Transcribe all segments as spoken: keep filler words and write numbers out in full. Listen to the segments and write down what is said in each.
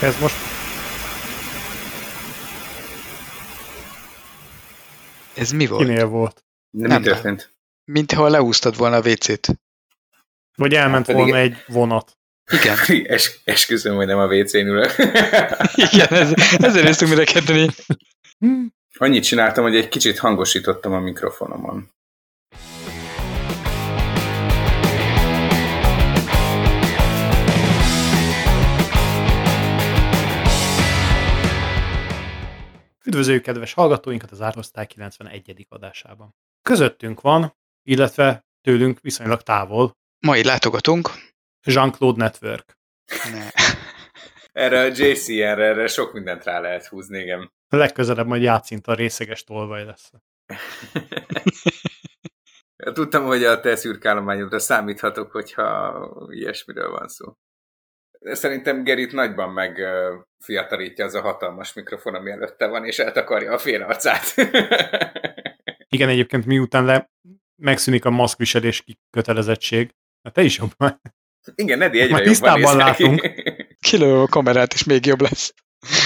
Ez most... Ez mi volt? Kinél volt? De nem, mi történt? Mintha leúsztad volna a vécét. Vagy elment hát volna egy vonat. Igen. Es, esküszöm, hogy nem a vécén ülök. Igen, ez, ezzel néztünk mire ketteni. Annyit csináltam, hogy egy kicsit hangosítottam a mikrofonomon. Üdvözöljük kedves hallgatóinkat az Ártosztály kilencvenegyedik adásában. Közöttünk van, illetve tőlünk viszonylag távol. Mai látogatunk. Jean-Claude Network. Ne. Erre a jé cé en-re erre sok mindent rá lehet húzni, igen. Legközelebb majd játszint a részeges tolvaj lesz. Tudtam, hogy a te szürkállományodra számíthatok, hogyha ilyesmiről van szó. Szerintem Gerit nagyban megfiatalítja az a hatalmas mikrofon, ami előtte van, és eltakarja a fél arcát. Igen, egyébként miután le megszűnik a maszkviselés kötelezettség, hát te is jobb már. Igen, Nedi egyre már jobban néz látunk. Kilő a kamerát, és még jobb lesz.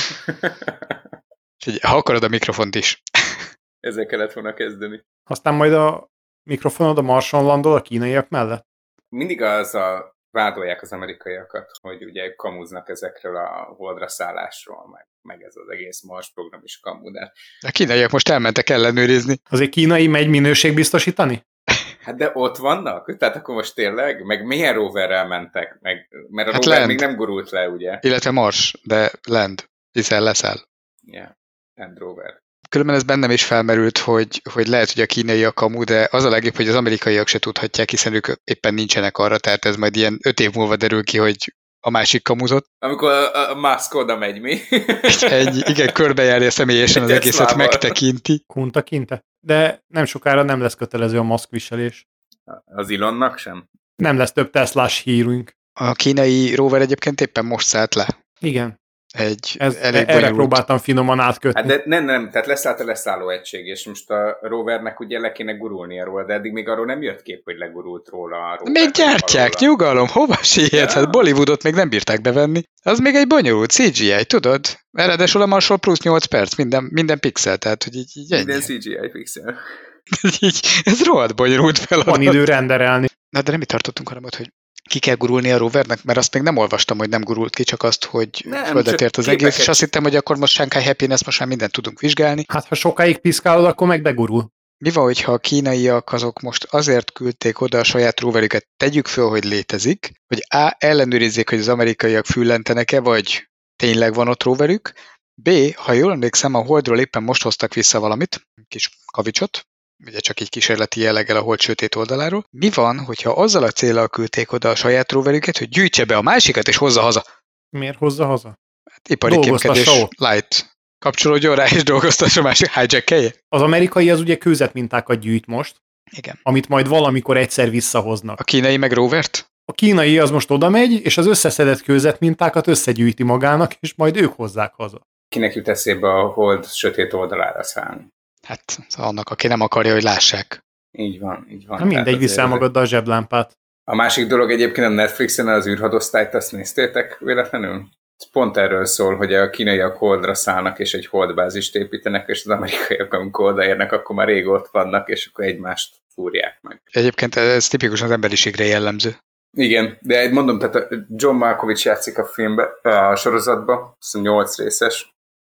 Ha akarod a mikrofont is. Ezzel kellett volna kezdeni. Aztán majd a mikrofonod a Marson landol a kínaiak mellett? Mindig az a vádolják az amerikaiakat, hogy ugye kamuznak ezekről a holdra szállásról, meg, meg ez az egész Mars program is kamu, de... A kínaiak most elmentek ellenőrizni. Azért kínai megy minőségbiztosítani? Hát de ott vannak? Tehát akkor most tényleg? Meg milyen roverrel mentek? Meg, mert a hát rover land. még nem gurult le, ugye? Illetve Mars, de land, hiszen leszáll. Yeah, Land Rover. Különben ez bennem is felmerült, hogy, hogy lehet, hogy a kínaiak kamu, de az a legjobb, hogy az amerikaiak se tudhatják, hiszen ők éppen nincsenek arra, tehát ez majd ilyen öt év múlva derül ki, hogy a másik kamuzott. Amikor a, a Musk oda megy, mi? Egy, igen, körbejárja személyesen az Egy egészet, Teslával. megtekinti. Kunta kinte. De nem sokára nem lesz kötelező a maszkviselés. Az Elonnak sem? Nem lesz több Teslás hírünk. A kínai rover egyébként éppen most szállt le. Igen. Egy Ez, elég erre bonyolult. próbáltam finoman átkötni. Hát de nem, nem, tehát leszállt a leszálló egység, és most a rovernek ugye le kéne gurulnia róla, de eddig még arról nem jött kép, hogy legurult róla a rover. Még gyártják, alóla. nyugalom, hova siet? Hát Bollywoodot még nem bírták bevenni. Az még egy bonyolult cé gé í, tudod? Eredesül a Marsról plusz nyolc perc, minden, minden pixel, tehát hogy így, így ennyi. Minden cé gé í pixel. így, ez rohadt bonyolult feladat. Van idő renderelni. Na de nem itt tartottunk, hanem ott, hogy ki kell gurulni a rovernek, mert azt még nem olvastam, hogy nem gurult ki, csak azt, hogy Nem, földet csak ért az képeket. egész, és azt hittem, hogy akkor most Shanghai Happiness, most már mindent tudunk vizsgálni. Hát ha sokáig piszkálod, akkor meg begurul. Mi van, hogyha a kínaiak azok most azért küldték oda a saját roverüket, tegyük föl, hogy létezik, hogy A. ellenőrizzék, hogy az amerikaiak füllentenek-e, vagy tényleg van ott roverük, B. ha jól emlékszem, a Holdról éppen most hoztak vissza valamit, kis kavicsot, ugye csak egy kísérleti jelleggel a Hold sötét oldaláról. Mi van, hogyha azzal a céllal küldték oda a saját roverüket, hogy gyűjtse be a másikat és hozza haza? Miért hozza haza? Hát ipari Dolgoztassa kémkedés, ott. light. Kapcsolódjon rá és dolgoztassa a másik, hijackelje? Az amerikai az ugye kőzetmintákat gyűjt most, Igen. amit majd valamikor egyszer visszahoznak. A kínai meg rovert? A kínai az most oda megy, és az összeszedett kőzetmintákat összegyűjti magának, és majd ők hozzák haza. Kinek jut eszébe a hold sötét oldalára szállni? Hát annak, aki nem akarja, hogy lássák. Így van, így van. Na mindegy, Tehát viszel azért- magaddal a zseblámpát. A másik dolog egyébként a Netflixen az űrhadosztályt, azt néztétek véletlenül? Ez pont erről szól, hogy a kínaiak holdra szállnak, és egy holdbázist építenek, és az amerikaiak, amikor odaérnek, akkor már rég ott vannak, és akkor egymást fúrják meg. Egyébként ez tipikusan az emberiségre jellemző. Igen, de mondom, tehát a John Malkovich játszik a filmbe, a sorozatba, azt hiszem nyolc részes.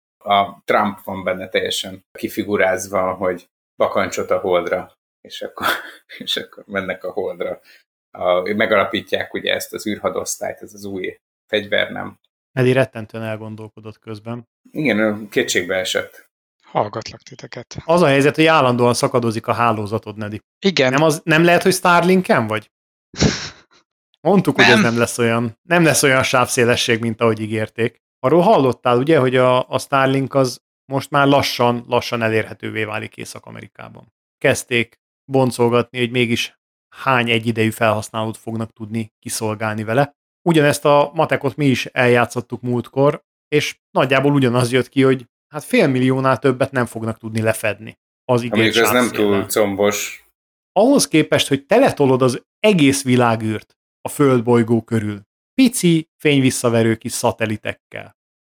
A Trump van benne teljesen kifigurázva, hogy bakancsot a holdra, és akkor, és akkor mennek a holdra. A, megalapítják ugye ezt az űrhadosztályt, ez az új fegyver, nem? Edi rettentően elgondolkodott közben. Igen, ő kétségbe esett. Hallgatlak titeket. Az a helyzet, hogy állandóan szakadozik a hálózatod, Nedi. Igen. Nem, az, nem lehet, hogy Starlinken vagy? Mondtuk, hogy Nem. ez nem lesz olyan, nem lesz olyan sávszélesség, mint ahogy ígérték. Arról hallottál, ugye, hogy a, a Starlink az most már lassan, lassan elérhetővé válik Észak-Amerikában. Kezdték boncolgatni, hogy mégis hány egyidejű felhasználót fognak tudni kiszolgálni vele. Ugyanezt a matekot mi is eljátszottuk múltkor, és nagyjából ugyanaz jött ki, hogy hát félmilliónál többet nem fognak tudni lefedni az ígért Amíg ez nem sávszéllel. túl combos. Ahhoz képest, hogy teletolod az egész világűrt a földbolygó körül, pici, fényvisszaverő kis szatelitekkel,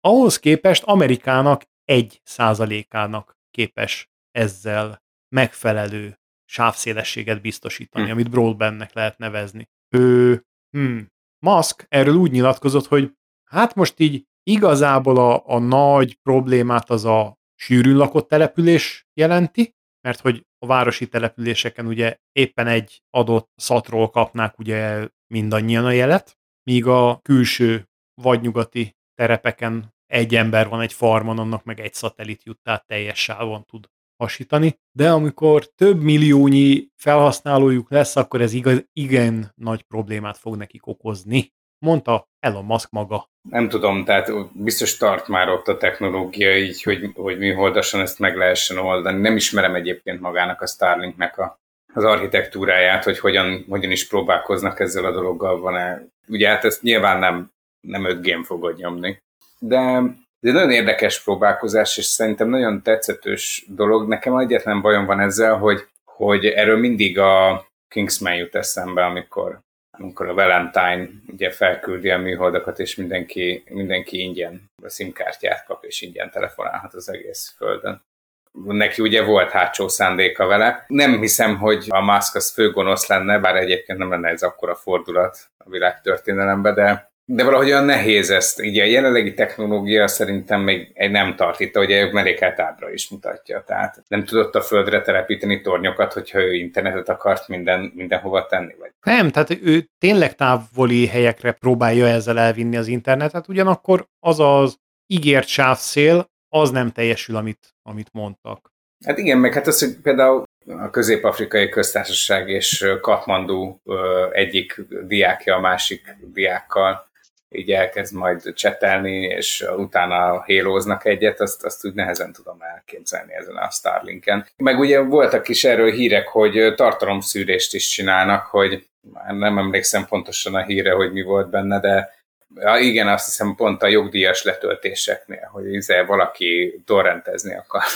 ahhoz képest Amerikának egy százalékának képes ezzel megfelelő sávszélességet biztosítani, Hm. amit broadbandnek lehet nevezni. Ő, hmm, Musk erről úgy nyilatkozott, hogy hát most így igazából a, a nagy problémát az a sűrűn lakott település jelenti, mert hogy a városi településeken ugye éppen egy adott szatról kapnák ugye mindannyian a jelet, míg a külső vadnyugati terepeken egy ember van egy farmon, annak meg egy szatellit jut, tehát teljes sávon tud hasítani, de amikor több milliónyi felhasználójuk lesz, akkor ez igaz, igen nagy problémát fog nekik okozni, mondta Elon Musk maga. Nem tudom, tehát biztos tart már ott a technológia így, hogy, hogy műholdasan ezt meg lehessen oldani. Nem ismerem egyébként magának a Starlinknek a, az architektúráját, hogy hogyan, hogyan is próbálkoznak ezzel a dologgal. Van-e. Ugye hát ezt nyilván nem, nem öt gén fogod nyomni. De ez egy nagyon érdekes próbálkozás, és szerintem nagyon tetszetős dolog. Nekem egyetlen bajom van ezzel, hogy, hogy erről mindig a Kingsman jut eszembe, amikor amikor a Valentine ugye felküldi a műholdakat, és mindenki, mindenki ingyen a SIM-kártyát kap, és ingyen telefonálhat az egész földön. Neki ugye volt hátsó szándéka vele. Nem hiszem, hogy a Musk az főgonosz lenne, bár egyébként nem lenne ez akkora fordulat a világtörténelemben, de, de valahogy olyan nehéz ezt. Így a jelenlegi technológia szerintem még egy nem tart itt, ahogy a Amerikát ábra is mutatja. Tehát nem tudott a földre telepíteni tornyokat, hogyha ő internetet akart minden, mindenhova tenni. Vagy. Nem, tehát ő tényleg távoli helyekre próbálja ezzel elvinni az internetet, ugyanakkor az az ígért sávszél, az nem teljesül, amit, amit mondtak. Hát igen, meg hát az, hogy például a Közép-Afrikai Köztársaság és Katmandu egyik diákja a másik diákkal így elkezd majd csetelni, és utána hélóznak egyet, azt, azt úgy nehezen tudom elképzelni ezen a Starlinken. Meg ugye voltak is erről hírek, hogy tartalomszűrést is csinálnak, hogy már nem emlékszem pontosan a híre, hogy mi volt benne, de ja, igen, azt hiszem pont a jogdíjas letöltéseknél, hogy izé valaki torrentezni akart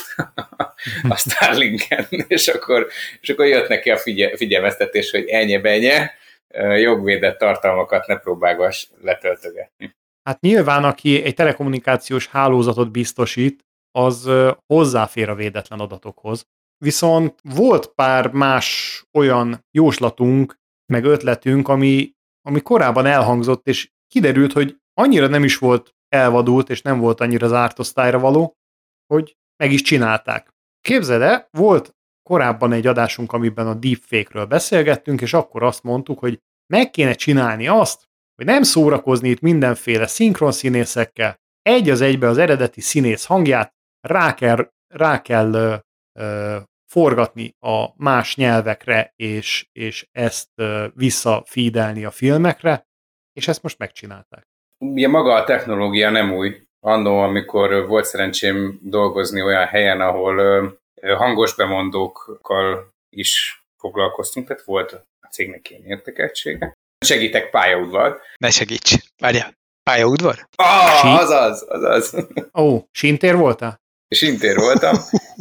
a Starlinken, és akkor, és akkor jött neki a figye, figyelmeztetés, hogy ennyi-benye, jogvédett tartalmakat ne próbálgass letöltögetni. Hát nyilván, aki egy telekommunikációs hálózatot biztosít, az hozzáfér a védetlen adatokhoz. Viszont volt pár más olyan jóslatunk, meg ötletünk, ami, ami korábban elhangzott, és kiderült, hogy annyira nem is volt elvadult, és nem volt annyira zárt osztályra való, hogy meg is csinálták. Képzeld el, volt korábban egy adásunk, amiben a deepfake-ről beszélgettünk, és akkor azt mondtuk, hogy meg kéne csinálni azt, hogy nem szórakozni itt mindenféle szinkron színészekkel, egy az egybe az eredeti színész hangját rá kell, rá kell ö, ö, forgatni a más nyelvekre, és, és ezt ö, visszafeedelni a filmekre, és ezt most megcsinálták. Ugye maga a technológia nem új. Annó, amikor volt szerencsém dolgozni olyan helyen, ahol hangos bemondókkal is foglalkoztunk, tehát volt a cégnek ilyen értekeltsége. Segítek pályaudvar. Ne segíts. Várjál. Pályaudvar? Ah, azaz, azaz. Ó, oh, sintér voltál? Sintér voltam.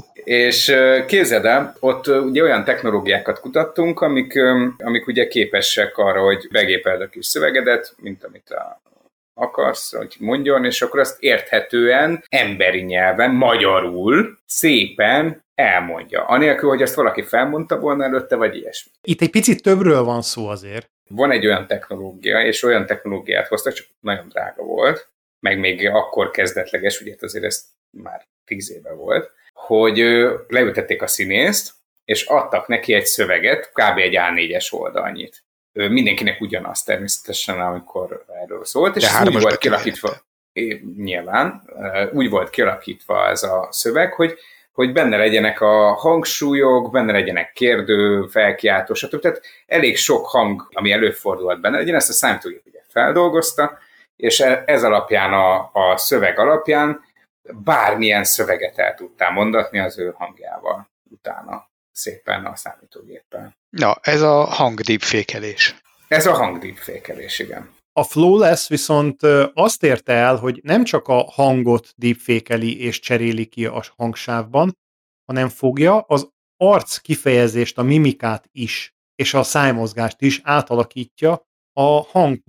És képzeld el, ott ugye olyan technológiákat kutattunk, amik, amik ugye képesek arra, hogy begépeld a kis szövegedet, mint amit a akarsz, hogy mondjon, és akkor azt érthetően, emberi nyelven, magyarul, szépen elmondja. Anélkül, hogy azt valaki felmondta volna előtte, vagy ilyesmi. Itt egy picit többről van szó azért. Van egy olyan technológia, és olyan technológiát hoztak, csak nagyon drága volt, meg még akkor kezdetleges, ugye azért ez már tíz éve volt, hogy leültették a színészt, és adtak neki egy szöveget, kb. Egy á négyes oldalnyit. Mindenkinek ugyanaz természetesen, amikor erről szólt, és úgy volt kialakítva, nyilván, úgy volt kialakítva ez a szöveg, hogy, hogy benne legyenek a hangsúlyok, benne legyenek kérdő, felkiáltó, stb. Tehát elég sok hang, ami előfordult benne legyen, ezt a számítógép ugye feldolgozta, és ez alapján, a, a szöveg alapján bármilyen szöveget el tudtál mondatni az ő hangjával utána szépen a számítógéppel. Na, ez a hangdeepfékelés. Ez a hangdeepfékelés, igen. A Flawless viszont azt érte el, hogy nem csak a hangot deepfékeli és cseréli ki a hangsávban, hanem fogja az arc kifejezést, a mimikát is, és a szájmozgást is átalakítja a hanghoz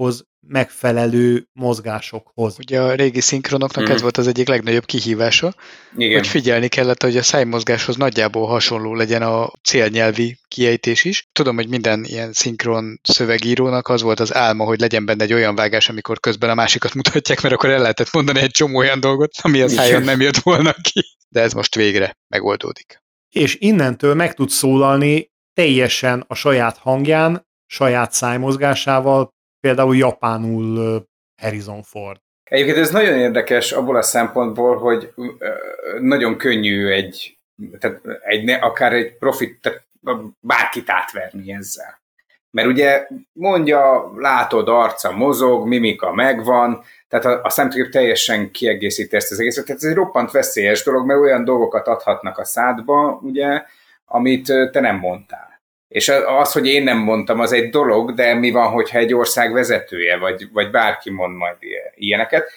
megfelelő mozgásokhoz. Ugye a régi szinkronoknak mm. ez volt az egyik legnagyobb kihívása, igen. Hogy figyelni kellett, hogy a szájmozgáshoz nagyjából hasonló legyen a célnyelvi kiejtés is. Tudom, hogy minden ilyen szinkron szövegírónak az volt az álma, hogy legyen benne egy olyan vágás, amikor közben a másikat mutatják, mert akkor el lehetett mondani egy csomó olyan dolgot, ami a szájon nem jött volna ki. De ez most végre megoldódik. És innentől meg tud szólalni teljesen a saját hangján, saját szájmozgásával, például japánul Harrison Ford. Egyébként ez nagyon érdekes abból a szempontból, hogy nagyon könnyű egy, tehát egy akár egy profit, tehát bárkit átverni ezzel. Mert ugye mondja, látod, arca mozog, mimika megvan, tehát a, a számítógép teljesen kiegészíti ezt az egészet. Tehát ez egy roppant veszélyes dolog, mert olyan dolgokat adhatnak a szádba, ugye, amit te nem mondtál. És az, hogy én nem mondtam, az egy dolog, de mi van, hogyha egy ország vezetője, vagy, vagy bárki mond majd ilyeneket.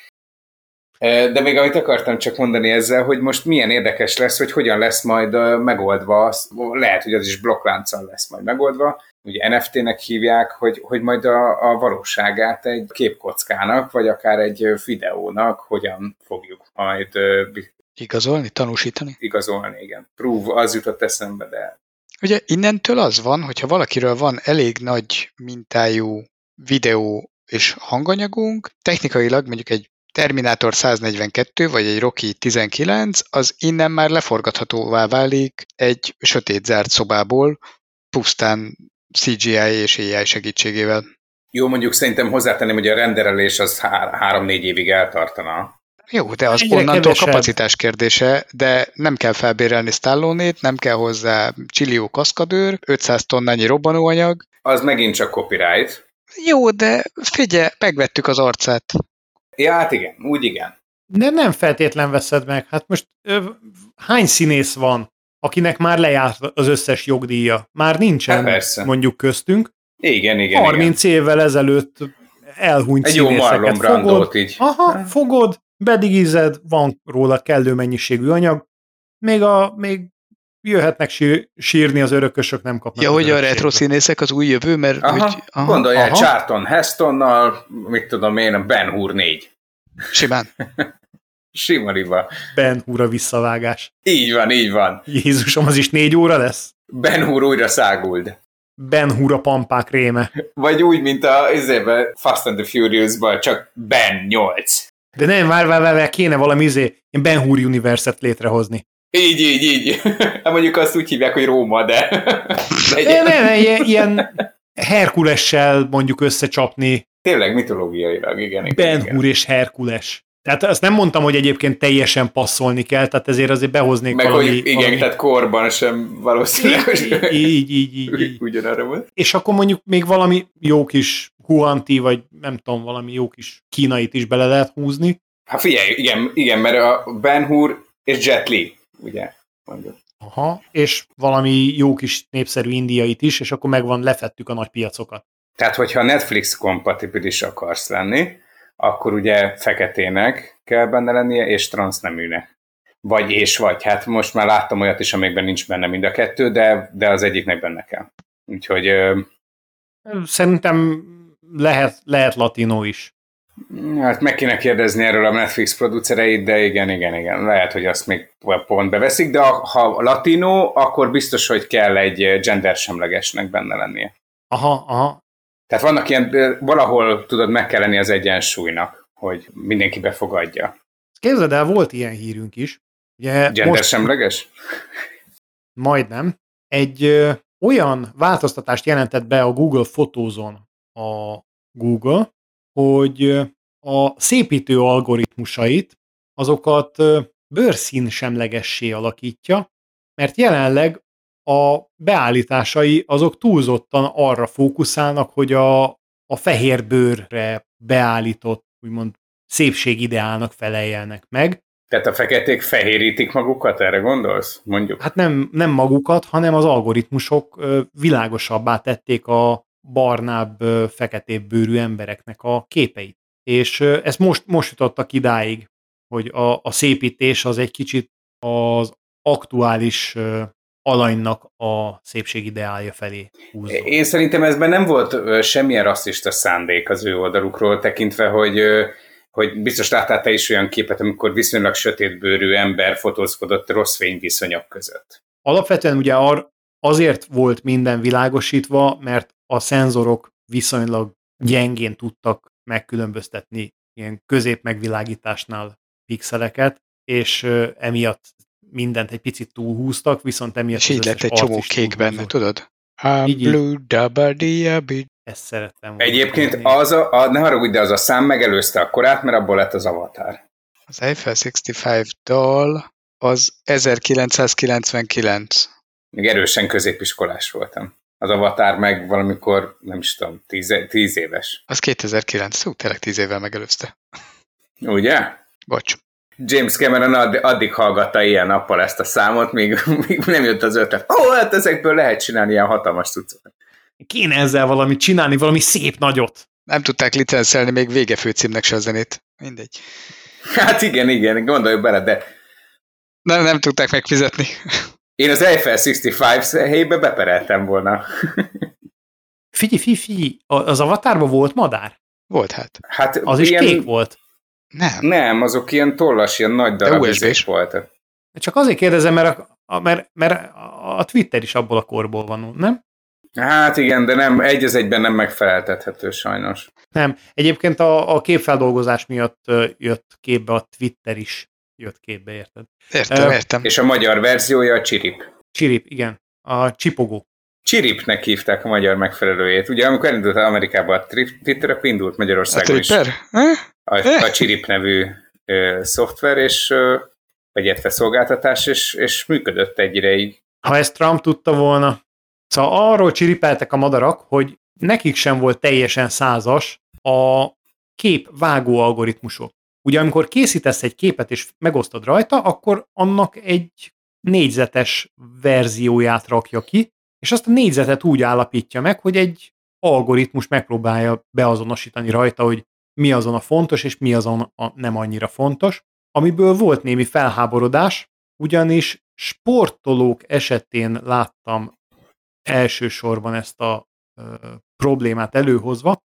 De még amit akartam csak mondani ezzel, hogy most milyen érdekes lesz, hogy hogyan lesz majd megoldva, lehet, hogy az is blokklánccal lesz majd megoldva, ugye en ef té-nek hívják, hogy, hogy majd a, a valóságát egy képkockának, vagy akár egy videónak hogyan fogjuk majd igazolni, tanúsítani? Igazolni, igen. Prove, az jutott eszembe, de... Ugye innentől az van, hogyha valakiről van elég nagy mintájú videó és hanganyagunk, technikailag mondjuk egy Terminator száznegyvenkettő vagy egy Rocky tizenkilenc, az innen már leforgathatóvá válik egy sötét zárt szobából, pusztán cé gé i és á i segítségével. Jó, mondjuk szerintem hozzátenném, hogy a renderelés az há- három-négy évig eltartana. Jó, de az egyre onnantól kevesebb. Kapacitás kérdése, de nem kell felbérelni Stallone-ét, nem kell hozzá csillió kaszkadőr, ötszáz tonnányi robbanóanyag. Az megint csak copyright. Jó, de figyelj, megvettük az arcát. Ja, hát igen, úgy igen. De nem feltétlen veszed meg. Hát most ö, hány színész van, akinek már lejárt az összes jogdíja? Már nincsen hát mondjuk köztünk. Igen, igen, harminc igen. évvel ezelőtt elhunyt egy színészeket jó Marlon Brandót így. Aha, fogod, bedigized, van róla kellő mennyiségű anyag, még, a, még jöhetnek sír, sírni az örökösök, nem kapnak. Ja, hogy a retro színészek az új jövő, mert... Aha, úgy, aha, gondoljál, Charlton Hestonnal, mit tudom én, a Ben Hur négy. Simán. Simariba. Ben Hur a visszavágás. Így van, így van. Jézusom, az is négy óra lesz? Ben Hur újra száguld. Ben Hur a pampák réme. Vagy úgy, mint a izébe, Fast and the Furious-ban, csak Ben nyolc. De nem, vár, vár, vár, kéne valami izé, Ben Hur universe-et létrehozni. Így, így, így. Hát mondjuk azt úgy hívják, hogy Róma, de... de nem, nem, ilyen, ilyen Herkulessel mondjuk összecsapni. Tényleg mitológiailag, igen. igen Ben igen. Hur és Herkules. Tehát azt nem mondtam, hogy egyébként teljesen passzolni kell, tehát ezért azért behoznék meg valami... Meg hogy igen, valami... tehát korban sem valószínűleg. Így, így, így, így. Ugyanarra volt. És akkor mondjuk még valami jó kis Huanti, vagy nem tudom, valami jó kis kínait is bele lehet húzni. Hát figyelj, igen, igen, mert a Ben Hur és Jet Li, ugye, mondjuk. Aha, és valami jó kis népszerű indiait is, és akkor megvan, lefettük a nagy piacokat. Tehát, hogyha Netflix kompatibilis akarsz lenni, akkor ugye feketének kell benne lennie, és transzneműnek. Vagy és vagy. Hát most már láttam olyat is, amikben nincs benne mind a kettő, de, de az egyiknek benne kell. Úgyhogy... Ö... Szerintem lehet, lehet latino is. Hát meg kéne kérdezni erről a Netflix producereit, de igen, igen, igen. Lehet, hogy azt még pont beveszik, de ha latino, akkor biztos, hogy kell egy gendersemlegesnek benne lennie. Aha, aha. Tehát vannak ilyen, valahol tudod, meg kell lenni az egyensúlynak, hogy mindenki befogadja. Képzeld el, volt ilyen hírünk is. Ugye gendersemleges? Majdnem. Egy ö, olyan változtatást jelentett be a Google Fotózon a Google, hogy a szépítő algoritmusait, azokat bőrszín semlegessé alakítja, mert jelenleg a beállításai azok túlzottan arra fókuszálnak, hogy a, a fehér bőrre beállított, úgymond szépségideálnak feleljelnek meg. Tehát a feketék fehérítik magukat, erre gondolsz? Mondjuk. Hát nem, nem magukat, hanem az algoritmusok világosabbá tették a barnább, feketébb bőrű embereknek a képeit. És ezt most, most jutottak idáig, hogy a, a szépítés az egy kicsit az aktuális alanynak a szépségideálja felé húzzon. Én szerintem ezben nem volt semmilyen rasszista szándék az ő oldalukról, tekintve, hogy, hogy biztos láttál te is olyan képet, amikor viszonylag sötétbőrű ember fotózkodott rossz fényviszonyok között. Alapvetően ugye azért volt minden világosítva, mert a szenzorok viszonylag gyengén tudtak megkülönböztetni ilyen középmegvilágításnál pixeleket, és emiatt mindent egy picit túlhúztak, viszont emiatt és így lett egy csomó kék benne, tudod? I'm blue, dabba-dia-bid. Ezt szerettem volna. Egyébként az a, a, ne haragudj, de az a szám megelőzte a korát, mert abból lett az Avatar. Az Eiffel hatszázötvenöt dal az ezerkilencszázkilencvenkilenc. Még erősen középiskolás voltam. Az Avatar meg valamikor, nem is tudom, tíz, tíz éves. Az kétezer-kilenc, szó, tényleg tíz évvel megelőzte. Ugye? Bocs. James Cameron addig, addig hallgatta ilyen nappal ezt a számot, míg, míg nem jött az ötlet. Ó, oh, hát ezekből lehet csinálni ilyen hatalmas cuccokat. Kéne ezzel valamit csinálni, valami szép nagyot. Nem tudták licenszelni még vége főcímnek se a zenét. Mindegy. Hát igen, igen, gondoljuk bele, de... Nem, nem tudták megfizetni. Én az Eiffel hatszázötvenöt helyébe bepereltem volna. Figyelj, figyelj, figyelj, az Avatarban volt madár? Volt hát. Hát az ilyen... is kék volt. Nem. Nem, azok ilyen tollas, ilyen nagy darab izék voltak. Csak azért kérdezem, mert a, a, mert, mert a Twitter is abból a korból van, nem? Hát igen, de nem, egy az egyben nem megfeleltethető sajnos. Nem, egyébként a, a képfeldolgozás miatt jött képbe a Twitter is. Jött képbe, érted? Értem, uh, értem. És a magyar verziója a Csirip. Csirip, igen. A csipogó. Csiripnek hívták a magyar megfelelőjét. Ugye amikor elindult Amerikában a Twitter, akkor indult Magyarországon a is a, a Csirip nevű ö, szoftver, és ö, vagy érte szolgáltatás, és, és működött egy ideig. Ha ezt Trump tudta volna. Szóval arról csiripeltek a madarak, hogy nekik sem volt teljesen százas a kép vágó algoritmusok. Ugye amikor készítesz egy képet és megosztod rajta, akkor annak egy négyzetes verzióját rakja ki, és azt a négyzetet úgy állapítja meg, hogy egy algoritmus megpróbálja beazonosítani rajta, hogy mi azon a fontos, és mi azon a nem annyira fontos, amiből volt némi felháborodás, ugyanis sportolók esetén láttam elsősorban ezt a ö, problémát előhozva,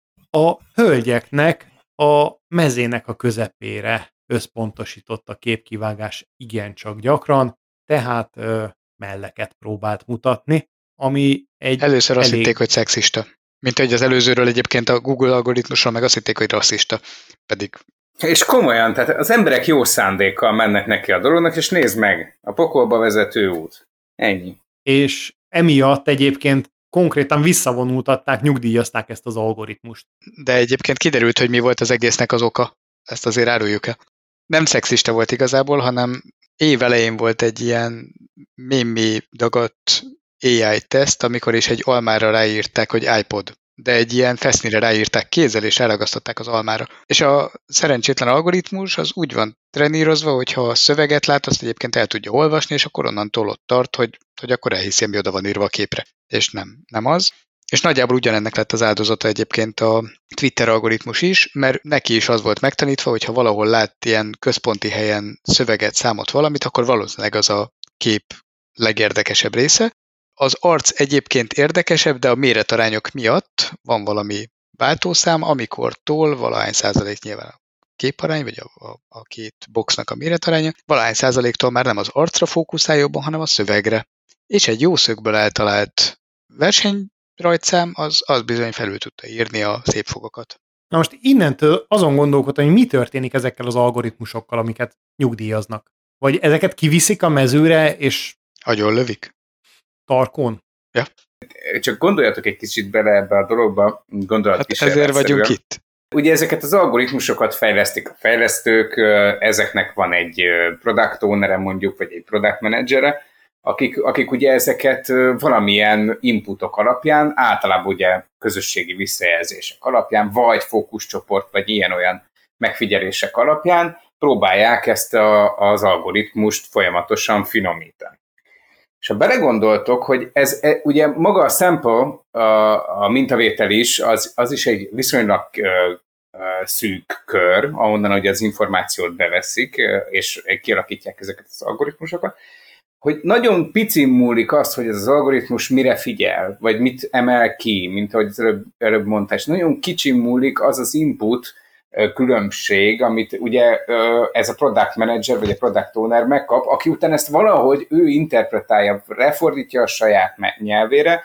a hölgyeknek a mezének a közepére összpontosított a képkivágás igencsak gyakran, tehát ö, melleket próbált mutatni, ami egy Először azt elég... hitték, hogy szexista. Mint hogy az előzőről egyébként a Google algoritmusról meg azt hitték, hogy rasszista. Pedig... És komolyan, tehát az emberek jó szándékkal mennek neki a dolognak, és nézd meg, a pokolba vezető út. Ennyi. És emiatt egyébként konkrétan visszavonultatták, nyugdíjazták ezt az algoritmust. De egyébként kiderült, hogy mi volt az egésznek az oka. Ezt azért áruljuk el. Nem szexista volt igazából, hanem év elején volt egy ilyen mémé dagadt á i teszt, amikor is egy almára ráírták, hogy iPod. De egy ilyen fesznire ráírták kézzel, és elragasztották az almára. És a szerencsétlen algoritmus az úgy van trenírozva, hogy ha a szöveget lát, azt egyébként el tudja olvasni, és akkor onnantól ott tart, hogy, hogy akkor elhiszi, ami oda van írva a képre. És nem, nem az. És nagyjából ugyanennek lett az áldozata egyébként a Twitter algoritmus is, mert neki is az volt megtanítva, hogy ha valahol lát ilyen központi helyen szöveget, számot, valamit, akkor valószínűleg az a kép legérdekesebb része. Az arc egyébként érdekesebb, de a méretarányok miatt van valami váltószám, amikortól valahány százalék nyilván a képarány, vagy a, a, a két boxnak a méretaránya, valahány százaléktól már nem az arcra fókuszál jobban, hanem a szövegre. És egy jó szögből eltalált versenyrajtszám, az, az bizony felül tudta írni a szép fogokat. Na most innentől azon gondolkodtam, hogy mi történik ezekkel az algoritmusokkal, amiket nyugdíjaznak. Vagy ezeket kiviszik a mezőre, és... Agyon lövik? Tarkón? Ja. Csak gondoljatok egy kicsit bele ebbe a dologba, gondolatkísérletszerűen. Hát ezért vagyunk itt. Ugye ezeket az algoritmusokat fejlesztik a fejlesztők, ezeknek van egy product owner-e mondjuk, vagy egy product manager-e, akik, akik ugye ezeket valamilyen inputok alapján, általában ugye közösségi visszajelzések alapján, vagy fókuszcsoport, vagy ilyen-olyan megfigyelések alapján próbálják ezt a, az algoritmust folyamatosan finomítani. És ha belegondoltok, hogy ez ugye maga a sample, a, a mintavétel is, az, az is egy viszonylag ö, ö, szűk kör, ahonnan ugye az információt beveszik, és kialakítják ezeket az algoritmusokat, hogy nagyon picin múlik az, hogy ez az algoritmus mire figyel, vagy mit emel ki, mint ahogy előbb, előbb mondtál, és nagyon kicsi múlik az az input különbség, amit ugye ez a product manager, vagy a product owner megkap, aki után ezt valahogy ő interpretálja, refordítja a saját nyelvére,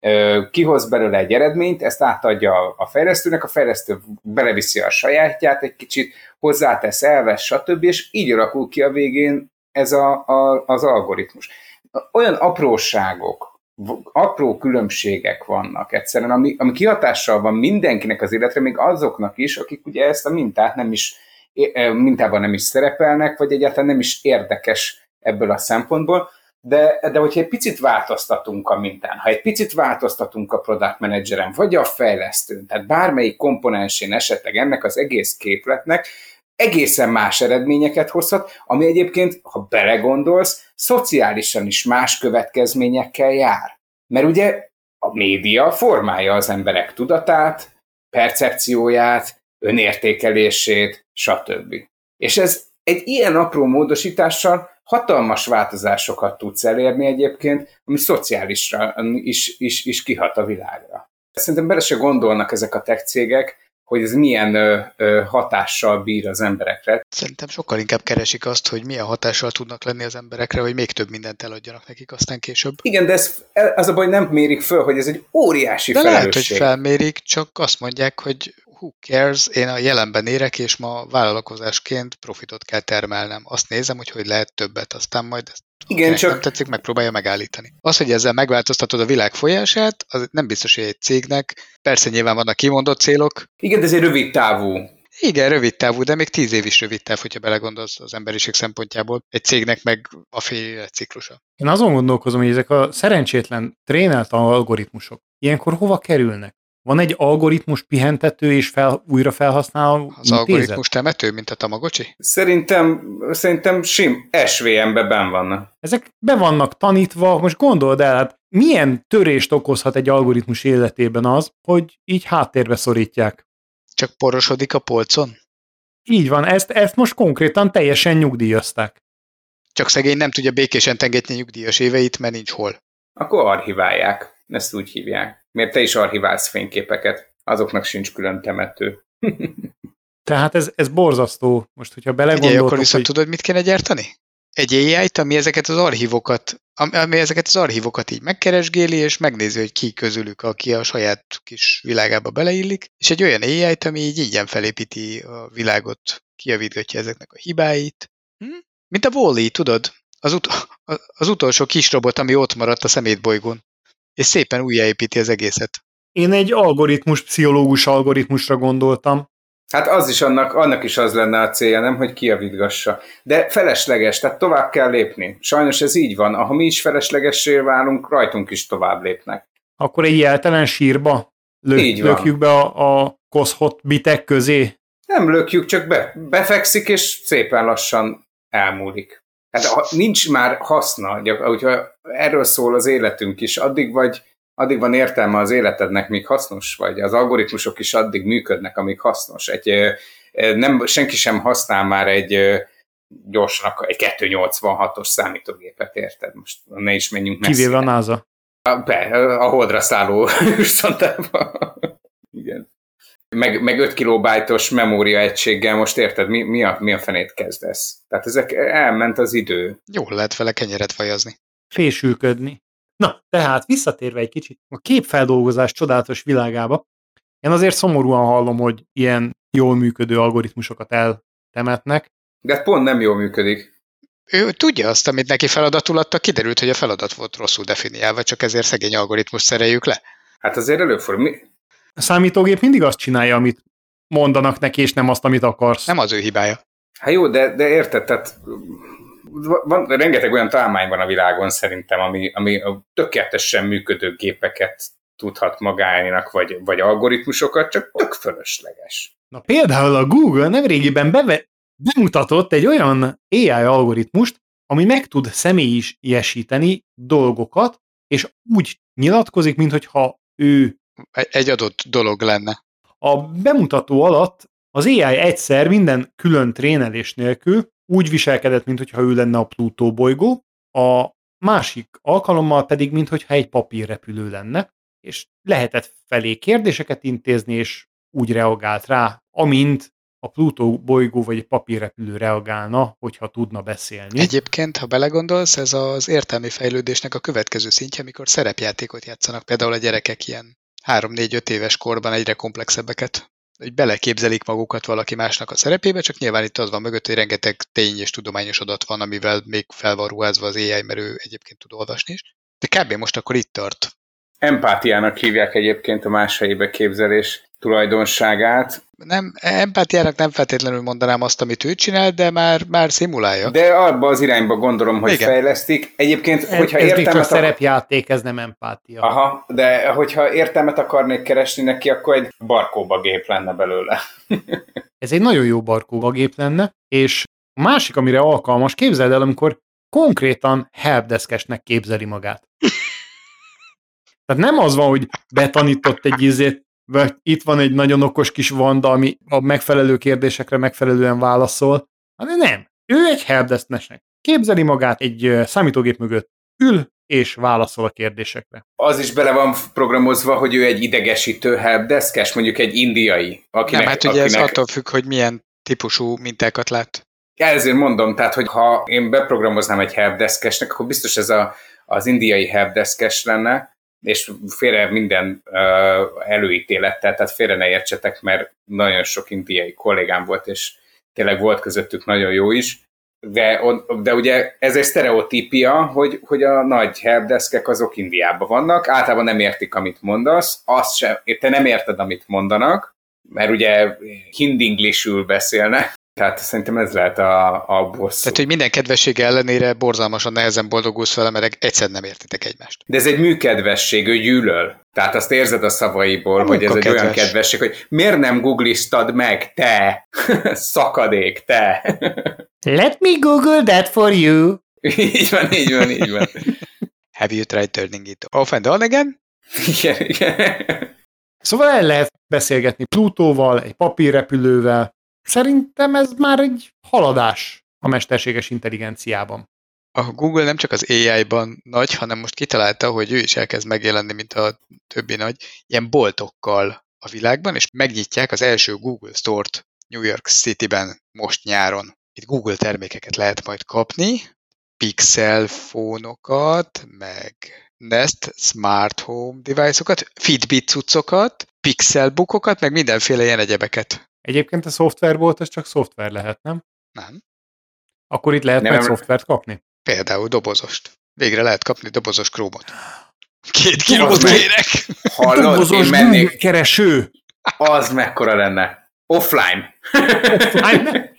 kihoz belőle egy eredményt, ezt átadja a fejlesztőnek, a fejlesztő beleviszi a sajátját egy kicsit, hozzátesz, elvesz, stb., és így alakul ki a végén ez a, a, az algoritmus. Olyan apróságok, apró különbségek vannak egyszerűen, ami, ami kihatással van mindenkinek az életre, még azoknak is, akik ugye ezt a mintát nem is, mintában nem is szerepelnek, vagy egyáltalán nem is érdekes ebből a szempontból, de, de hogyha egy picit változtatunk a mintán, ha egy picit változtatunk a product manageren, vagy a fejlesztőn, tehát bármelyik komponensén esetleg ennek az egész képletnek, egészen más eredményeket hozhat, ami egyébként, ha belegondolsz, szociálisan is más következményekkel jár. Mert ugye a média formálja az emberek tudatát, percepcióját, önértékelését, stb. És ez egy ilyen apró módosítással hatalmas változásokat tudsz elérni egyébként, ami szociálisra is, is, is kihat a világra. Szerintem bele se gondolnak ezek a tech cégek, hogy ez milyen ö, ö, hatással bír az emberekre. Szerintem sokkal inkább keresik azt, hogy milyen hatással tudnak lenni az emberekre, hogy még több mindent eladjanak nekik aztán később. Igen, de ez, az a baj, nem mérik föl, hogy ez egy óriási de felelősség. Lehet, hogy felmérik, csak azt mondják, hogy who cares, én a jelenben érek, és ma vállalkozásként profitot kell termelnem. Azt nézem, hogy hogy lehet többet, aztán majd ezt igen, csak... nem tetszik, megpróbálja megállítani. Az, hogy ezzel megváltoztatod a világ folyását, az nem biztos, hogy egy cégnek, persze nyilván vannak kimondott célok. Igen, de ez egy rövid távú. Igen, rövid távú, de még tíz év is rövid táv, hogyha belegondolsz az emberiség szempontjából. Egy cégnek meg a fél életciklusa. Én azon gondolkozom, hogy ezek a szerencsétlen trénelt algoritmusok ilyenkor hova kerülnek? Van egy algoritmus pihentető és fel, újra felhasználó Az algoritmus temető, mint a Tamagocsi? Szerintem, szerintem sim, es vé em-be benn vannak. Ezek be vannak tanítva, most gondold el, hát milyen törést okozhat egy algoritmus életében az, hogy így háttérbe szorítják. Csak porosodik a polcon? Így van, ezt, ezt most konkrétan teljesen nyugdíjazták. Csak szegény nem tudja békésen tengetni nyugdíjas éveit, mert nincs hol. Akkor archiválják. Ezt úgy hívják. Miért te is archiválsz fényképeket? Azoknak sincs külön temető. Tehát ez, ez borzasztó. Most, hogyha belegondoltok, Ugye, akkor viszont hogy... tudod, mit kéne gyártani? Egy á í-t, ami ezeket az archívokat, ami ezeket az archívokat így megkeresgéli, és megnézi, hogy ki közülük, aki a saját kis világába beleillik, és egy olyan á í-t, ami így ingyen felépíti a világot, kijavítgatja ezeknek a hibáit. Hm? Mint a Wall-E, tudod? Az, ut- az utolsó kis robot, ami ott maradt a szemétbolygón. És szépen újjáépíti az egészet. Én egy algoritmus, pszichológus algoritmusra gondoltam. Hát az is annak, annak is az lenne a célja, nem, hogy kijavítgassa. De felesleges, tehát tovább kell lépni. Sajnos ez így van. Ha mi is feleslegessé válunk, rajtunk is tovább lépnek. Akkor egy jeltelen sírba lök, lökjük be a, a koszhot bitek közé? Nem lökjük, csak be, befekszik, és szépen lassan elmúlik. Hát nincs már haszna, hogyha erről szól az életünk is, addig vagy, addig van értelme az életednek, míg hasznos vagy. Az algoritmusok is addig működnek, amíg hasznos. Egy, nem, senki sem használ már egy gyorsnak, egy kétszáznyolcvanhatos számítógépet, érted? Most ne is menjünk messzire. Kivéve a NASA. Be, a holdra szálló üstantába. Igen. Meg, meg öt kilobájtos memória egységgel, most érted, mi, mi, a, mi a fenét kezdesz? Tehát ezek elment az idő. Jól lehet vele kenyeret vajazni. Fésülködni. Na, tehát visszatérve egy kicsit a képfeldolgozás csodálatos világába, én azért szomorúan hallom, hogy ilyen jól működő algoritmusokat eltemetnek. De pont nem jól működik. Ő tudja azt, amit neki feladatul adta, kiderült, hogy a feladat volt rosszul definiálva, csak ezért szegény algoritmus szereljük le. Hát azért előfordul. Mi? A számítógép mindig azt csinálja, amit mondanak neki, és nem azt, amit akarsz. Nem az ő hibája. Hát jó, de, de érted, tehát van, rengeteg olyan találmány van a világon szerintem, ami, ami a tökéletesen működő gépeket tudhat magáénak, vagy, vagy algoritmusokat, csak tök fölösleges. Na például a Google nemrégiben beve, bemutatott egy olyan á i algoritmust, ami meg tud személyesíteni dolgokat, és úgy nyilatkozik, mintha ő egy adott dolog lenne. A bemutató alatt az á i egyszer minden külön trénelés nélkül úgy viselkedett, mintha ő lenne a Plutó bolygó, a másik alkalommal pedig, minthogyha egy papírrepülő lenne, és lehetett felé kérdéseket intézni, és úgy reagált rá, amint a Plutó bolygó vagy egy papírrepülő reagálna, hogyha tudna beszélni. Egyébként, ha belegondolsz, ez az értelmi fejlődésnek a következő szintje, amikor szerepjátékot játszanak, például a gyerekek ilyen három-négy-öt éves korban egyre komplexebbeket. Hogy beleképzelik magukat valaki másnak a szerepébe, csak nyilván itt az van mögött, hogy rengeteg tény és tudományos adat van, amivel még fel van ruházva az á i, mert ő egyébként tud olvasni is. De kb. Most akkor itt tart. Empátiának hívják egyébként a más helyi beképzelés tulajdonságát. Nem, empátiának nem feltétlenül mondanám azt, amit ő csinál, de már, már szimulálja. De abba az irányba gondolom, hogy igen. fejlesztik. Egyébként, ez, hogyha ez értelmet... még csak szerepjáték, ez nem empátia. Aha, de hogyha értelmet akarnék keresni neki, akkor egy barkóba gép lenne belőle. Ez egy nagyon jó barkóba gép lenne, és a másik, amire alkalmas, képzeld el, amikor konkrétan helpdeskesnek képzeli magát. Tehát nem az van, hogy betanított egy ízét, vagy itt van egy nagyon okos kis Vanda, ami a megfelelő kérdésekre megfelelően válaszol, hanem nem. Ő egy helpdesknek képzeli magát, egy számítógép mögött ül, és válaszol a kérdésekre. Az is bele van programozva, hogy ő egy idegesítő helpdeskes, mondjuk egy indiai. Akinek, nem, hát ugye akinek... ez attól függ, hogy milyen típusú mintákat lát. Ezért mondom, tehát, hogy ha én beprogramoznám egy helpdeskesnek, akkor biztos ez a, az indiai helpdeskes lenne, és félre minden uh, előítélettel, tehát félre ne értsetek, mert nagyon sok indiai kollégám volt, és tényleg volt közöttük nagyon jó is, de, de ugye ez egy sztereotípia, hogy, hogy a nagy helpdeskek azok Indiában vannak, általában nem értik, amit mondasz, azt sem, te nem érted, amit mondanak, mert ugye hindinglisül beszélnek, tehát szerintem ez lehet a, a bosszú. Tehát, hogy minden kedvessége ellenére borzalmasan nehezen boldogulsz vele, mert egyszer nem értitek egymást. De ez egy műkedvesség, ő gyűlöl. Tehát azt érzed a szavaiból, hogy ez egy kedves. Olyan kedvesség, hogy miért nem googliztad meg, te? Szakadék, te! Let me google that for you. Így van, így van, így van. Have you tried turning it off and on again? Igen, igen. Szóval el lehet beszélgetni Plutóval, egy papírrepülővel. Szerintem ez már egy haladás a mesterséges intelligenciában. A Google nem csak az á i-ban nagy, hanem most kitalálta, hogy ő is elkezd megjelenni, mint a többi nagy, ilyen boltokkal a világban, és megnyitják az első Google Store-t New York Cityben most nyáron. Itt Google termékeket lehet majd kapni, Pixel fónokat, meg Nest Smart Home device-okat, Fitbit cuccokat, Pixelbookokat, meg mindenféle ilyen egyebeket. Egyébként a szoftverbolt, ez csak szoftver lehet, nem? Nem. Akkor itt lehet nem, majd nem. szoftvert kapni? Például dobozost. Végre lehet kapni dobozos Chrome-ot. Két kilót mérek! Hallod, Dobozos én mennék. kereső! Az mekkora lenne. Offline. Offline.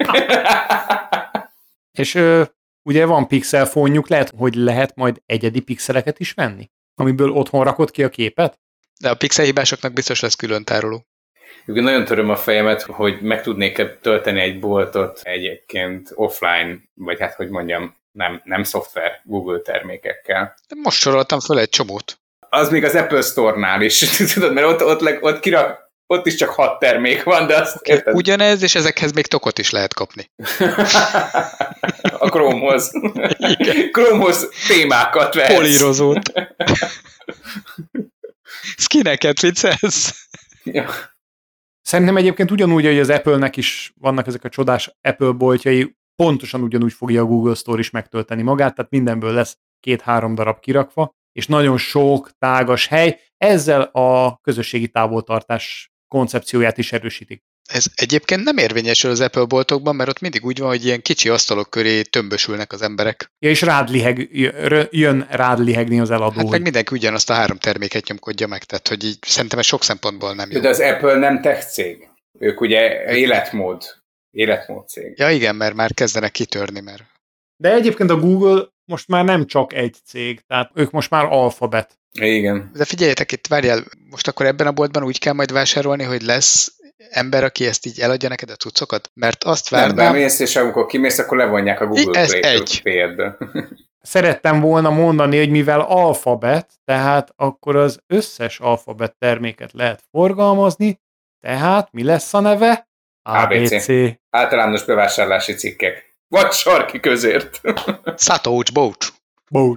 És ö, ugye van pixelfónjuk, lehet, hogy lehet majd egyedi pixeleket is venni, amiből otthon rakod ki a képet? De a pixel hibásoknak biztos lesz külön tároló. Én nagyon töröm a fejemet, hogy meg tudnék tölteni egy boltot egyébként offline, vagy hát, hogy mondjam, nem, nem szoftver Google termékekkel. De most soroltam föl egy csomót. Az még az Apple Store-nál is, tudod, mert ott, ott, ott, kira, ott is csak hat termék van, de azt Okay, érted? ugyanez, és ezekhez még tokot is lehet kapni. A Chrome-hoz. Chrome-hoz témákat vehetsz. Polírozót. Skineket viccelsz? Ja. Szerintem egyébként ugyanúgy, hogy az Apple-nek is vannak ezek a csodás Apple boltjai, pontosan ugyanúgy fogja a Google Store is megtölteni magát, tehát mindenből lesz két-három darab kirakva, és nagyon sok tágas hely, ezzel a közösségi távoltartás koncepcióját is erősítik. Ez egyébként nem érvényesül az Apple boltokban, mert ott mindig úgy van, hogy ilyen kicsi asztalok köré tömbösülnek az emberek. Ja, és rád liheg, jön rád lihegni az eladó. Hát meg mindenki ugyanazt a három terméket nyomkodja meg, tehát hogy így szerintem ez sok szempontból nem jó. De az Apple nem tech cég. Ők ugye életmód, életmód cég. Ja igen, mert már kezdenek kitörni, mert... De egyébként a Google most már nem csak egy cég, tehát ők most már alfabet. Igen. De figyeljetek, itt várjál, most akkor ebben a boltban úgy kell majd vásárolni, hogy lesz ember, aki ezt így eladja neked a cuccokat? Mert azt várnám... Nem, bemész, és amikor kimész, akkor levonják a Google ez Play egy. Pay-t. Szerettem volna mondani, hogy mivel alfabet, tehát akkor az összes alfabet terméket lehet forgalmazni, tehát mi lesz a neve? á bé cé. Általános bevásárlási cikkek. Vagy sarki közért. Szatoucs, bócs. Boat.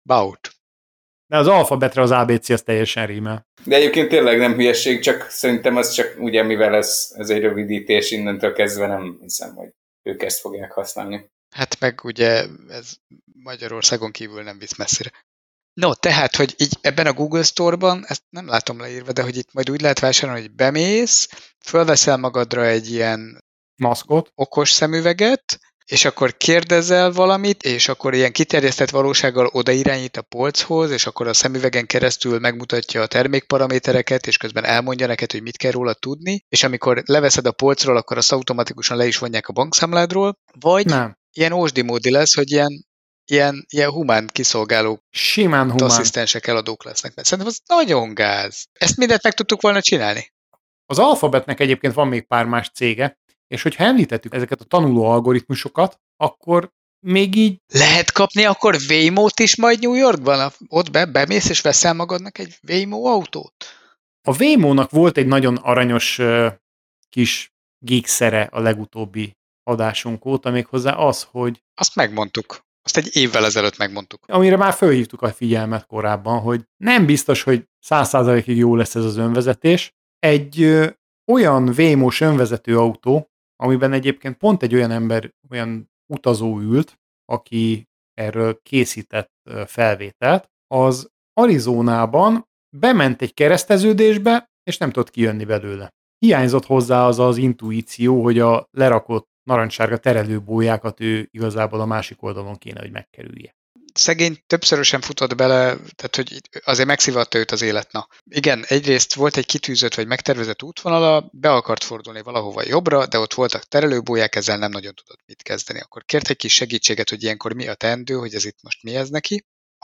Bout. De az alfabetre az á bé cé az teljesen rímel. De egyébként tényleg nem hülyeség, csak szerintem az csak ugye, mivel ez, ez egy rövidítés, innentől kezdve nem hiszem, hogy ők ezt fogják használni. Hát meg ugye ez Magyarországon kívül nem visz messzire. No, tehát, hogy így ebben a Google Store-ban, ezt nem látom leírva, de hogy itt majd úgy lehet vásárolni, hogy bemész, fölveszel magadra egy ilyen maszkot, okos szemüveget, és akkor kérdezel valamit, és akkor ilyen kiterjesztett valósággal odairányít a polchoz, és akkor a szemüvegen keresztül megmutatja a termékparamétereket, és közben elmondja neked, hogy mit kell róla tudni, és amikor leveszed a polcról, akkor azt automatikusan le is vonják a bankszámládról, vagy nem. ilyen ó es dé módi lesz, hogy ilyen, ilyen, ilyen humán kiszolgáló simán humán asszisztensek eladók lesznek. Mert szerintem az nagyon gáz. Ezt mindent meg tudtuk volna csinálni. Az Alphabetnek egyébként van még pár más cége, és hogyha említettük ezeket a tanuló algoritmusokat, akkor még így... Lehet kapni akkor Waymo-t is majd New Yorkban? Ott be, bemész és veszel magadnak egy Waymo autót? A Waymo-nak volt egy nagyon aranyos uh, kis geek-szere a legutóbbi adásunk óta, méghozzá az, hogy... Azt megmondtuk. Azt egy évvel ezelőtt megmondtuk. Amire már fölhívtuk a figyelmet korábban, hogy nem biztos, hogy száz százalékig jó lesz ez az önvezetés. Egy ö, olyan Waymo-s önvezető autó, amiben egyébként pont egy olyan ember, olyan utazó ült, aki erről készített felvételt, az Arizonában bement egy kereszteződésbe, és nem tudott kijönni belőle. Hiányzott hozzá az az intuíció, hogy a lerakott narancssárga terelőbólyákat ő igazából a másik oldalon kéne, hogy megkerülje. Szegény többszörösen futott bele, tehát hogy azért megszivatta őt az élet. Na, igen, egyrészt volt egy kitűzött vagy megtervezett útvonala, be akart fordulni valahova jobbra, de ott voltak terelőbólyák, ezzel nem nagyon tudott mit kezdeni. Akkor kért egy kis segítséget, hogy ilyenkor mi a teendő, hogy ez itt most mi ez neki.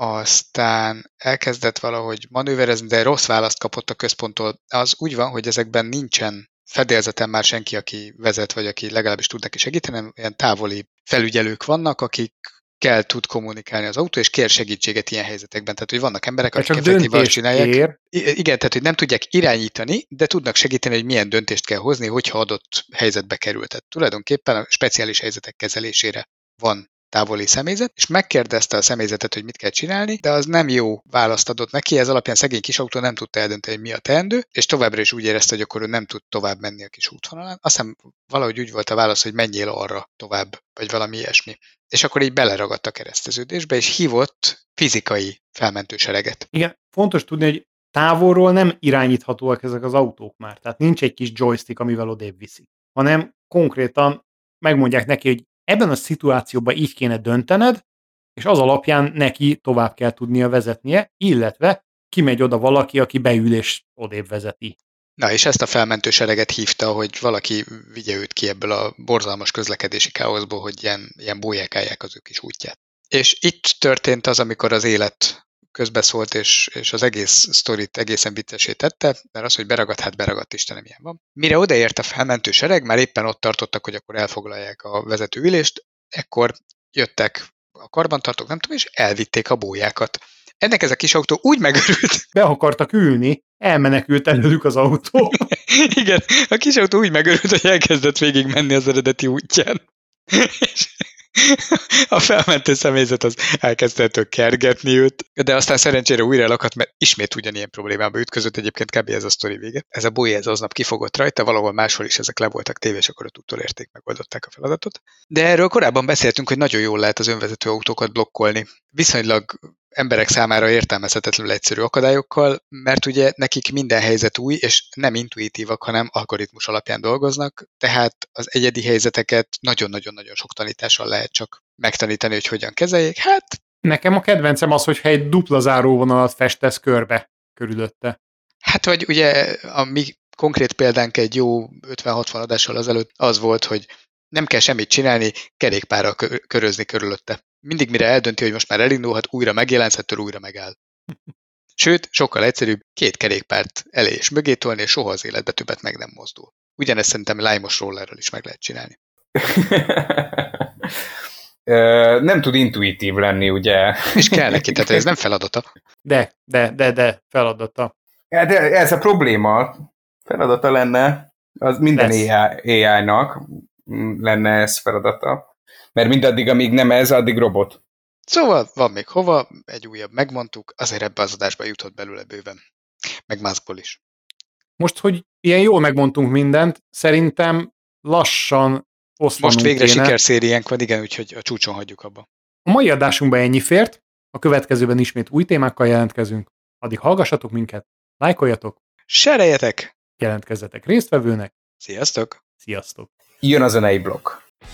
Aztán elkezdett valahogy manőverezni, de rossz választ kapott a központtól. Az úgy van, hogy ezekben nincsen fedélzeten már senki, aki vezet, vagy aki legalábbis tud neki segíteni, hanem ilyen távoli felügyelők vannak, akik kell tud kommunikálni az autó, és kér segítséget ilyen helyzetekben. Tehát, hogy vannak emberek, akik effektíve azt csinálják. Kér. Igen, tehát, hogy nem tudják irányítani, de tudnak segíteni, hogy milyen döntést kell hozni, hogyha adott helyzetbe került. Tehát tulajdonképpen a speciális helyzetek kezelésére van távoli személyzet, és megkérdezte a személyzetet, hogy mit kell csinálni, de az nem jó választ adott neki, ez alapján szegény kis autó nem tudta eldönteni, hogy mi a teendő, és továbbra is úgy érezte, hogy akkor ő nem tud tovább menni a kis útvonalán. Aztán valahogy úgy volt a válasz, hogy menjél arra tovább, vagy valami ilyesmi. És akkor így beleragadt a kereszteződésbe, és hívott fizikai felmentősereget. Igen, fontos tudni, hogy távolról nem irányíthatóak ezek az autók már. Tehát nincs egy kis joystick, amivel odébb viszik, hanem konkrétan megmondják neki, hogy ebben a szituációban így kéne döntened, és az alapján neki tovább kell tudnia vezetnie, illetve kimegy oda valaki, aki beül és odébb vezeti. Na, és ezt a felmentősereget hívta, hogy valaki vigye őt ki ebből a borzalmas közlekedési káoszból, hogy ilyen, ilyen bóják állják az ő kis útját. És itt történt az, amikor az élet közbeszólt, és, és az egész sztorit egészen viccesé tette, mert az, hogy beragadt, hát beragadt, Istenem, ilyen van. Mire odaért a felmentő sereg, már éppen ott tartottak, hogy akkor elfoglalják a vezetőülést, ekkor jöttek a karbantartók, nem tudom, és elvitték a bójákat. Ennek ez a kis autó úgy megörült. Be akartak ülni, elmenekült előlük az autó. Igen, a kis autó úgy megörült, hogy elkezdett végig menni az eredeti útján. A felmentő személyzet az elkezdett kergetni őt, de aztán szerencsére újra elakadt, mert ismét ugyanilyen problémába ütközött, egyébként kb. Ez a sztori vége. Ez a boly ez aznap kifogott rajta, valahol máshol is ezek le voltak téve, és akkor ott utolérték, megoldották a feladatot. De erről korábban beszéltünk, hogy nagyon jól lehet az önvezető autókat blokkolni. Viszonylag emberek számára értelmezhetetlenül egyszerű akadályokkal, mert ugye nekik minden helyzet új, és nem intuitívak, hanem algoritmus alapján dolgoznak, tehát az egyedi helyzeteket nagyon-nagyon-nagyon sok tanítással lehet csak megtanítani, hogy hogyan kezeljék. Hát... Nekem a kedvencem az, hogyha egy dupla záróvonalat festesz körbe körülötte. Hát vagy ugye a mi konkrét példánk egy jó ötven-hatvan adással azelőtt az volt, hogy nem kell semmit csinálni, kerékpárral körözni körülötte. Mindig mire eldönti, hogy most már elindulhat, újra megjelensz, ettől újra megáll. Sőt, sokkal egyszerűbb két kerékpárt elé és mögé tolni, és soha az életbe többet meg nem mozdul. Ugyanezt szerintem Lime-os rollerről is meg lehet csinálni. Nem tud intuitív lenni, ugye? És kell neki, tehát ez nem feladata. De, de, de, de, feladata. Ja, de ez a probléma. Feladata lenne, az minden á í-nak lenne ez feladata. Mert mindaddig, amíg nem ez, addig robot. Szóval van még hova, egy újabb megmondtuk, azért ebbe az adásba jutott belőle bőven. Meg Muskból is. Most, hogy ilyen jól megmondtunk mindent, szerintem lassan oszlanunk Most végre kéne. sikerszériánk van, igen, úgyhogy a csúcson hagyjuk abba. A mai adásunkban ennyi fért, a következőben ismét új témákkal jelentkezünk. Addig hallgassatok minket, lájkoljatok, Sereljetek! jelentkezzetek résztvevőnek. Sziasztok! Sziasztok! Jön a zenei blokk.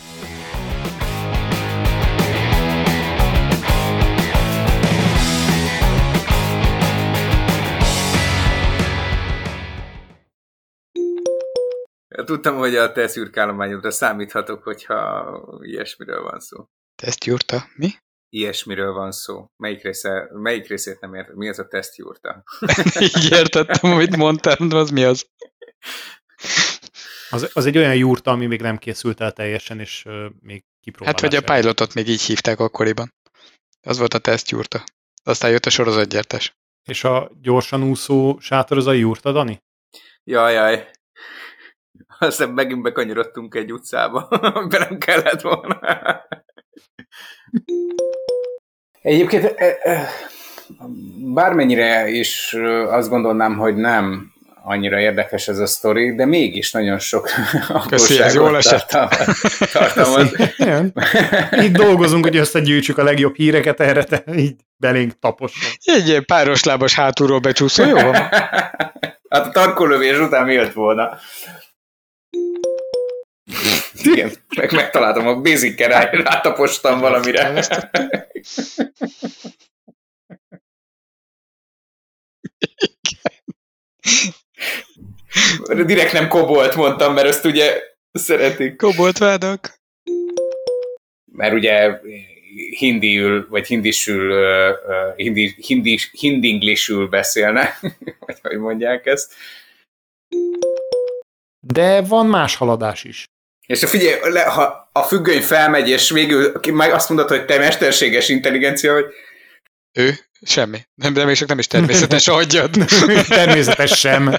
Tudtam, hogy a te szürkállományodra számíthatok, hogyha ilyesmiről van szó. Tesztjurta, mi? Ilyesmiről van szó. Melyik, része, melyik részét nem érted? Mi az a tesztjurta? Így értettem, amit mondtam, de az mi az? Az, az egy olyan jurta, ami még nem készült el teljesen, és uh, még kipróbálás. Hát, hogy a pilotot még így hívták akkoriban. Az volt a tesztjurta. Aztán jött a sorozatgyártás. És a gyorsan úszó sátor az a jurta, Dani? Jaj, jaj. Aztán megint bekanyarodtunk egy utcába, amiben nem kellett volna. Egyébként bármennyire is azt gondolnám, hogy nem annyira érdekes ez a sztori, de mégis nagyon sok apróságot tartalmaz. Itt dolgozunk, hogy összegyűjtsük a legjobb híreket erre, te így belénk taposson. Egy ilyen pároslábas hátulról becsúszó, jó van? Hát a tarkolövés után élt volna. Igen, meg megtaláltam a basic-en, rá, rátapostam valamire. Direkt nem kobolt mondtam, mert ezt ugye szeretik. Kobolt vádak. Mert ugye hindiül, vagy hindisül, hindi, hindi, hindinglisül beszélnek, vagy hogy mondják ezt. De van más haladás is. És figyelj, le, ha a függöny felmegy, és végül meg azt mondod, hogy te mesterséges intelligencia, hogy... Ő? Semmi. Nem, de még csak nem is természetes, hagyjad. Természetes sem.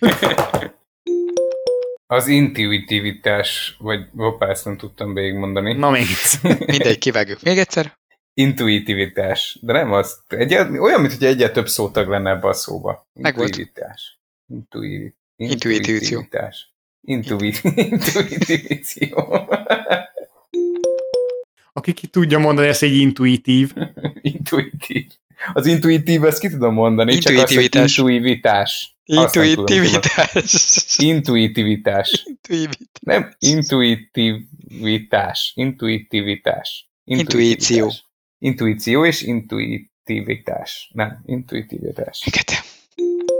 Az intuitivitás, vagy hoppá, ezt nem tudtam végigmondani. Na még. Mindegy, kivágjuk. Még egyszer? Intuitivitás. De nem az. Egy, olyan, mint hogy egyre több szótag lenne ebbe a szóba. Intuitivitás. Intuitivitás. Intuitíció. Intuitíció. Aki ki tudja mondani, ez egy intuitív. Intuitív. Az intuitív, ezt ki tudom mondani. Intuitivitás. Csak az, intuitivitás. Intuitivitás. Intuitivitás. Intuitivitás. Nem, intuitivitás. Intuitivitás. Intuíció. Intuíció és intuitivitás. Nem, intuitivitás. Igen.